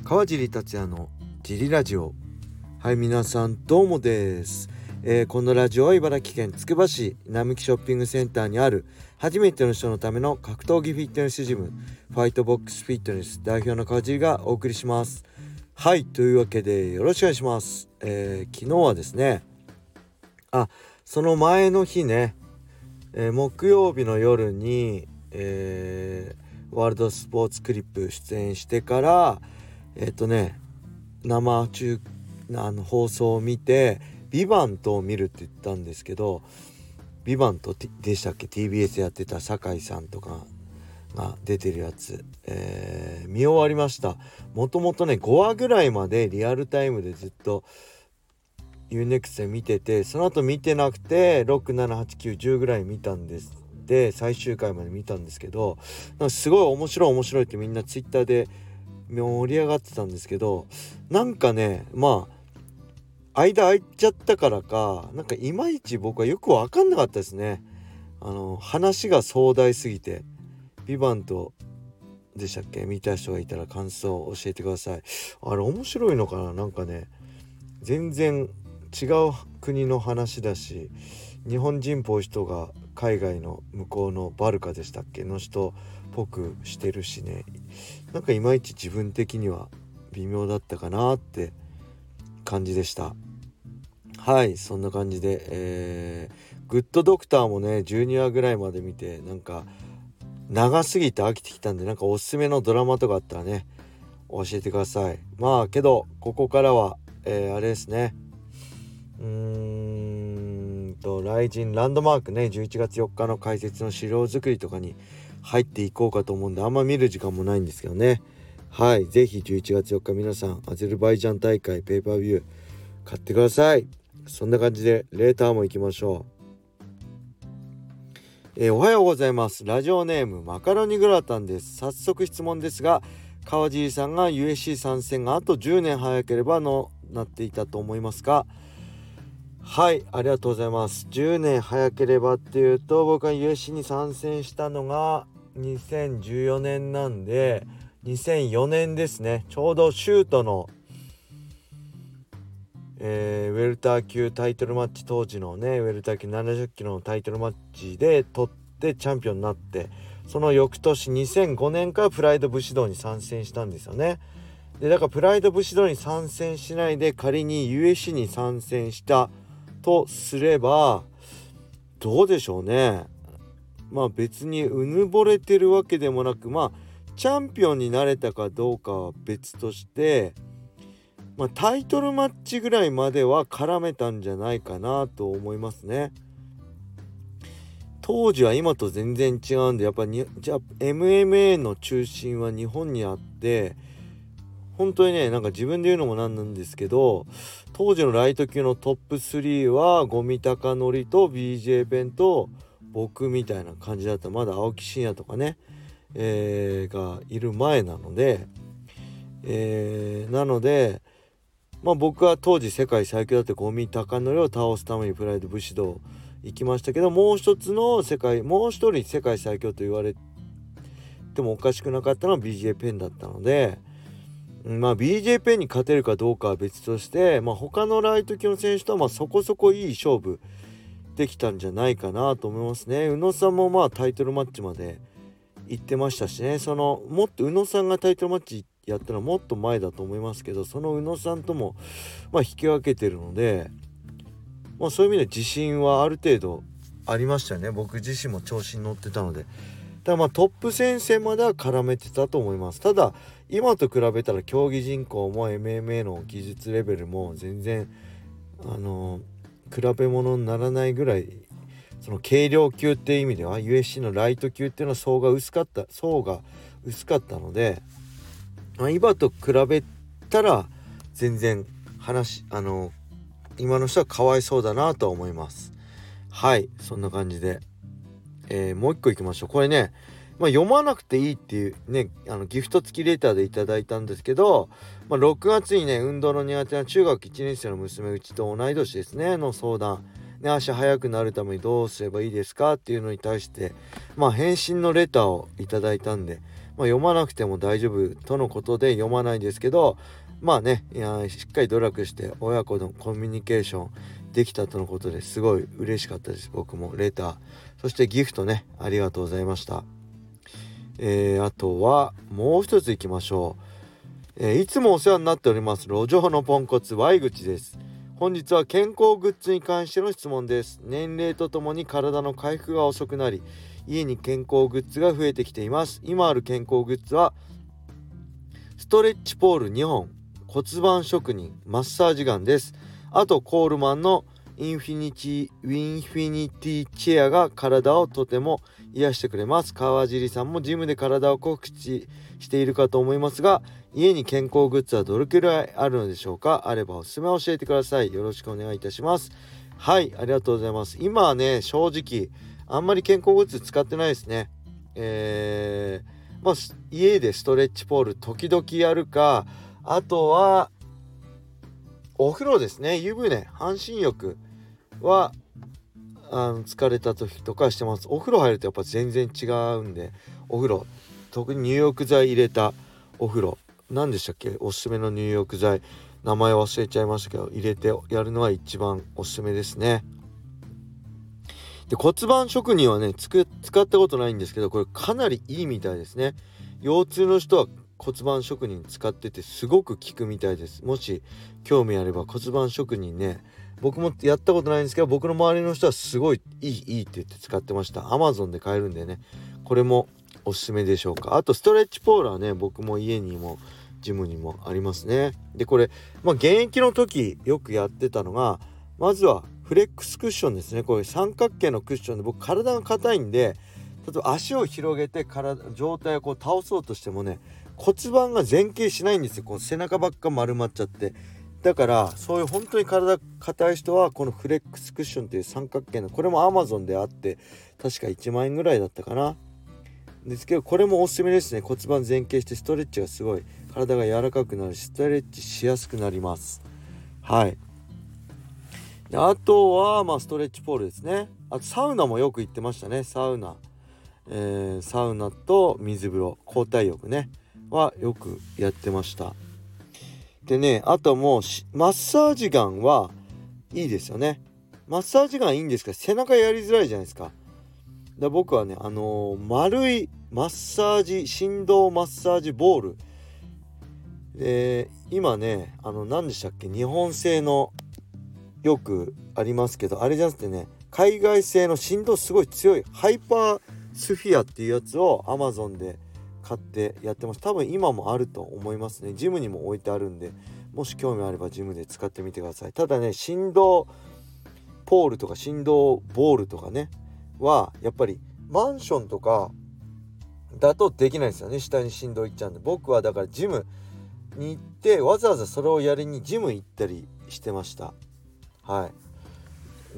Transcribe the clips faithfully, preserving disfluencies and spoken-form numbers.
川尻達也のジリラジオ。はい、皆さんどうもです、えー、このラジオは茨城県つくば市並木ショッピングセンターにある初めての人のための格闘技フィットネスジム、ファイトボックスフィットネス代表の川尻がお送りします。はい、というわけでよろしくお願いします。えー、昨日はですねあその前の日ね、えー、木曜日の夜に、えー、ワールドスポーツクリップ出演してからえっ、ー、とね生中あの放送を見てビバントを見るって言ったんですけど、ビバントでしたっけ、 ティービーエス やってた酒井さんとかが出てるやつ、えー、見終わりました。もともとねごわぐらいまでリアルタイムでずっと ユーネクスト で見てて、その後見てなくてろく、なな、はち、きゅう、じゅうぐらい見たんですで最終回まで見たんですけど、なんかすごい面白い面白いってみんなツイッターで盛り上がってたんですけど、なんかねまあ間空いちゃったからかなんかいまいち僕はよく分かんなかったですね。あの話が壮大すぎて。ビバントでしたっけ、見た人がいたら感想を教えてください。あれ面白いのかな。なんかね全然違う国の話だし、日本人っぽい人が海外の向こうのバルカでしたっけの人っぽくしてるしね、なんかいまいち自分的には微妙だったかなって感じでした。はい、そんな感じで、えー、グッドドクターもねじゅうにわぐらいまで見て、なんか長すぎて飽きてきたんで、なんかおすすめのドラマとかあったらね教えてください。まあけどここからは、えー、あれですねうーんとライジンランドマークねじゅういちがつよっかの解説の資料作りとかに入っていこうかと思うんで、あんま見る時間もないんですけどね。はい、ぜひじゅういちがつよっか皆さんアゼルバイジャン大会ペーパービュー買ってください。そんな感じでレーターも行きましょう。えー、おはようございます。ラジオネームマカロニグラタンです。早速質問ですが、川尻さんが ユーエフシー 参戦があとじゅうねん早ければのなっていたと思いますか？はい、ありがとうございます。じゅうねん早ければっていうと、僕が ユーエフシー に参戦したのがにせんじゅうよねんなんでにせんよねんですね。ちょうどシュートのえー、ウェルター級タイトルマッチ、当時のねウェルター級ななじゅっキロのタイトルマッチで取ってチャンピオンになって、その翌年にせんごねんからプライド武士道に参戦したんですよね。でだからプライド武士道に参戦しないで仮に ユーエフシー に参戦したとすればどうでしょうね。まあ別にうぬぼれてるわけでもなく、まあチャンピオンになれたかどうかは別として、まあ、タイトルマッチぐらいまでは絡めたんじゃないかなと思いますね。当時は今と全然違うんで、やっぱにじゃあ エムエムエー の中心は日本にあって、本当にねなんか自分で言うのもなんなんですけど、当時のライト級のトップスリーは五味隆典と ビージェー ペンと僕みたいな感じだった。まだ青木真也とかね、えー、がいる前なので、えー、なのでまあ僕は当時世界最強だって五味隆典を倒すためにプライド武士道行きましたけど、もう一つの世界もう一人世界最強と言われてもおかしくなかったのは ビージェー ペンだったので、まあ ビージェー ペンに勝てるかどうかは別として、まあ他のライト級の選手とはまあそこそこいい勝負できたんじゃないかなと思いますね。宇野さんもまあタイトルマッチまで行ってましたしね。そのもっと宇野さんがタイトルマッチやったのはもっと前だと思いますけど、その宇野さんともまあ引き分けてるので、まあそういう意味で自信はある程度ありましたね。僕自身も調子に乗ってたので。ただまあトップ戦線までは絡めてたと思います。ただ今と比べたら競技人口も エムエムエー の技術レベルも全然あの比べ物にならないぐらい、その軽量級っていう意味では ユーエフシー のライト級っていうのは層が薄かった層が薄かったので、まあ、今と比べたら全然話あの今の人はかわいそうだなと思います。はい、そんな感じで、えー、もう一個いきましょう。これね、まあ、読まなくていいっていうねあのギフト付きレターでいただいたんですけど、まあ、ろくがつにね運動の苦手な中学いちねん生の娘、うちと同い年ですねの相談ね、足速くなるためにどうすればいいですかっていうのに対して、まあ返信のレターをいただいたんで、 まあ、読まなくても大丈夫とのことで読まないんですけど、まあね、いやしっかり努力して親子のコミュニケーションできたとのことですごい嬉しかったです。僕もレター、そしてギフトね、ありがとうございました。えー、あとはもう一ついきましょう。えー、いつもお世話になっております路上のポンコツ Y 口です。本日は健康グッズに関しての質問です。年齢とともに体の回復が遅くなり、家に健康グッズが増えてきています。今ある健康グッズはストレッチポールにほん、骨盤職人、マッサージガンです。あとコールマンのインフィニティウィンフィニティチェアが体をとても癒してくれます。川尻さんもジムで体を酷使しているかと思いますが、家に健康グッズはどれくらいあるのでしょうか。あればおすすめを教えてください。よろしくお願いいたします。はい、ありがとうございます。今はね、正直あんまり健康グッズ使ってないですね。えー、まあ家でストレッチポール時々やるか、あとはお風呂ですね。湯船、半身浴はあの疲れた時とかしてます。お風呂入るとやっぱ全然違うんで、お風呂、特に入浴剤入れたお風呂、何でしたっけ、おすすめの入浴剤、名前忘れちゃいましたけど、入れてやるのは一番おすすめですね。で、骨盤職人はねつく使ったことないんですけど、これかなりいいみたいですね。腰痛の人は骨盤職人使っててすごく効くみたいです。もし興味あれば骨盤職人ね、僕もやったことないんですけど、僕の周りの人はすごいいいいいって言って使ってました。 Amazon で買えるんでね、これもおすすめでしょうか。あとストレッチポールはね、僕も家にもジムにもありますね。でこれ、まあ、現役の時よくやってたのが、まずはフレックスクッションですね。これ三角形のクッションで、僕体が硬いんで、例えば足を広げて体上体をこう倒そうとしてもね、骨盤が前傾しないんですよ。こう背中ばっか丸まっちゃって。だからそういう本当に体硬い人はこのフレックスクッションという三角形の、これも Amazon であって確かいちまんえんぐらいだったかな、ですけど、これもおすすめですね。骨盤前傾してストレッチがすごい体が柔らかくなるし、ストレッチしやすくなります。はい。であとはまあストレッチポールですね。あとサウナもよく行ってましたね。サウナ、えー、サウナと水風呂、交代浴ねはよくやってました。でね、あともうマッサージガンはいいですよね。マッサージガンいいんですけど、背中やりづらいじゃないですか。で僕はね、あのー、丸いマッサージ振動マッサージボールで、今ね、あの何でしたっけ、日本製のよくありますけど、あれじゃなくてね、海外製の振動すごい強いハイパースフィアっていうやつを Amazon で買ってやってます。多分今もあると思いますね。ジムにも置いてあるんで、もし興味あればジムで使ってみてください。ただね、振動ポールとか振動ボールとかねはやっぱりマンションとかだとできないですよね。下に振動いっちゃうんで、僕はだからジムに行ってわざわざそれをやりにジム行ったりしてました。はい。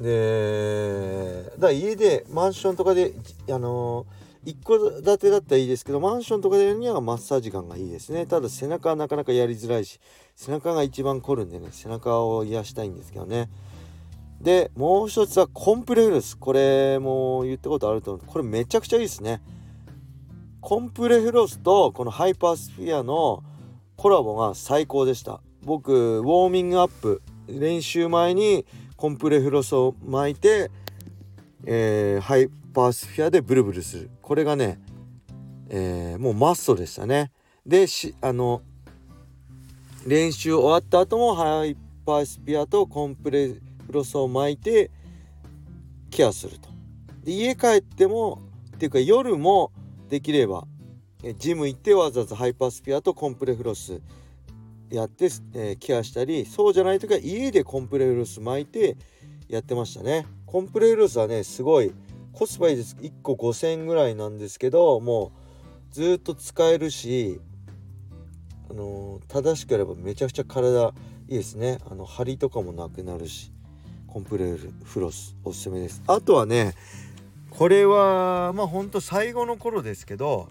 でだから家でマンションとかであのー、一戸建てだったらいいですけど、マンションとかでやるにはマッサージガンがいいですね。ただ背中はなかなかやりづらいし、背中が一番凝るんでね、背中を癒したいんですけどね。でもう一つはコンプレフロス、これも言ったことあると思う。これめちゃくちゃいいですね。コンプレフロスとこのハイパースフィアのコラボが最高でした。僕ウォーミングアップ練習前にコンプレフロスを巻いて、えー、ハイパースフィアでブルブルする、これがね、えー、もうマストでしたね。でしあの練習終わった後もハイパースフィアとコンプレフロスを巻いてケアすると。で家帰ってもっていうか夜もできればジム行ってわざわざハイパースフィアとコンプレフロスやって、えー、ケアしたり、そうじゃない時は家でコンプレフロス巻いてやってましたね。コンプレフロスはねすごいコスパいいです。いっこごせんえんぐらいなんですけど、もうずっと使えるし、あのー、正しくやればめちゃくちゃ体いいですね。あの張りとかもなくなるし、コンプレフロスおすすめです。あとはね、これはまあほんと最後の頃ですけど、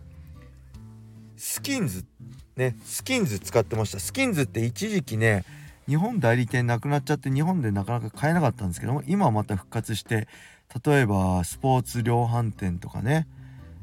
スキンズね、スキンズ使ってました。スキンズって一時期ね日本代理店なくなっちゃって日本でなかなか買えなかったんですけども、今はまた復活して、例えばスポーツ量販店とかね、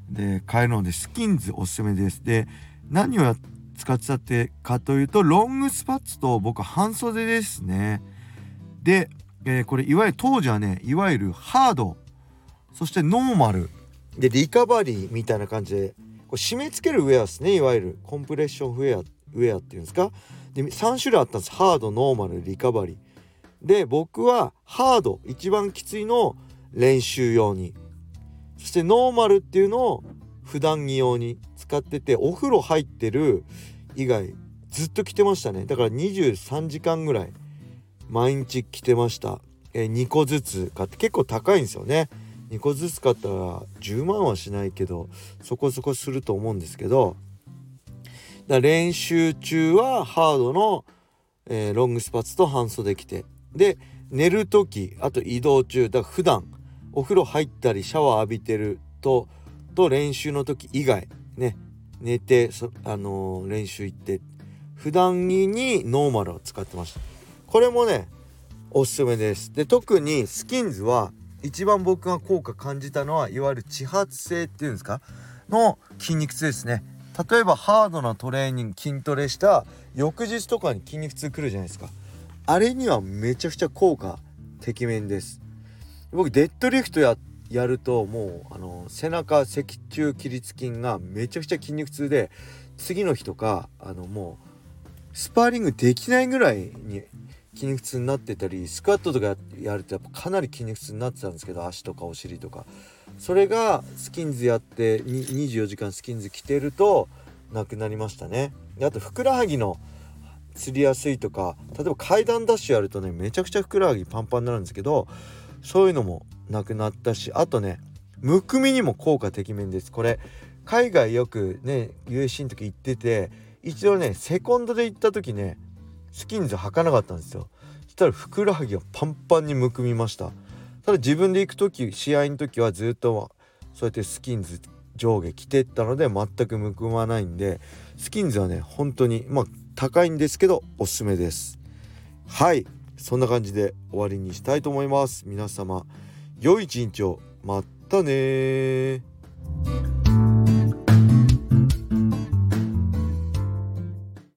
で買えるのでスキンズおすすめです。で何をや使ってたってかというとロングスパッツと僕半袖ですね。で、えー、これいわゆる当時はねいわゆるハードそしてノーマルでリカバリーみたいな感じでこれ締め付けるウェアですね。いわゆるコンプレッションウェアウェアっていうんですか。でさん種類あったんです。ハードノーマルリカバリーで僕はハード一番きついのを練習用にそしてノーマルっていうのを普段着用に使っててお風呂入ってる以外ずっと着てましたね。だからにじゅうさんじかんぐらい毎日着てました。えー、にこずつ買って結構高いんですよね。にこずつ買ったらじゅうまんはしないけどそこそこすると思うんですけど、だ練習中はハードの、えー、ロングスパッツと半袖着てで寝る時あと移動中だから普段お風呂入ったりシャワー浴びてるとと練習の時以外ね寝てそ、あのー、練習行って普段着にノーマルを使ってました。これもねおすすめです。で特にスキンズは一番僕が効果感じたのはいわゆる地発性っていうんですかの筋肉痛ですね。例えばハードなトレーニング筋トレした翌日とかに筋肉痛くるじゃないですか。あれにはめちゃくちゃ効果てきめんです。僕デッドリフト や, やるともうあの背中脊柱起立筋がめちゃくちゃ筋肉痛で次の日とかあのもうスパーリングできないぐらいに筋肉痛になってたりスクワットとかやるとやっぱかなり筋肉痛になってたんですけど足とかお尻とかそれがスキンズやってににじゅうよじかんスキンズ着てるとなくなりましたね。であとふくらはぎのつりやすいとか例えば階段ダッシュやるとねめちゃくちゃふくらはぎパンパンになるんですけどそういうのもなくなったしあとねむくみにも効果てきめんです。これ海外よくね ユーエーシー の時行ってて一度ねセコンドで行った時ねスキンズ履かなかったんですよ。そしたらふくらはぎがパンパンにむくみました。ただ自分で行く時試合の時はずっとそうやってスキンズ上下着てったので全くむくまないんでスキンズはね本当にまあ高いんですけどおすすめです。はいそんな感じで終わりにしたいと思います。皆様良い一日を。またね。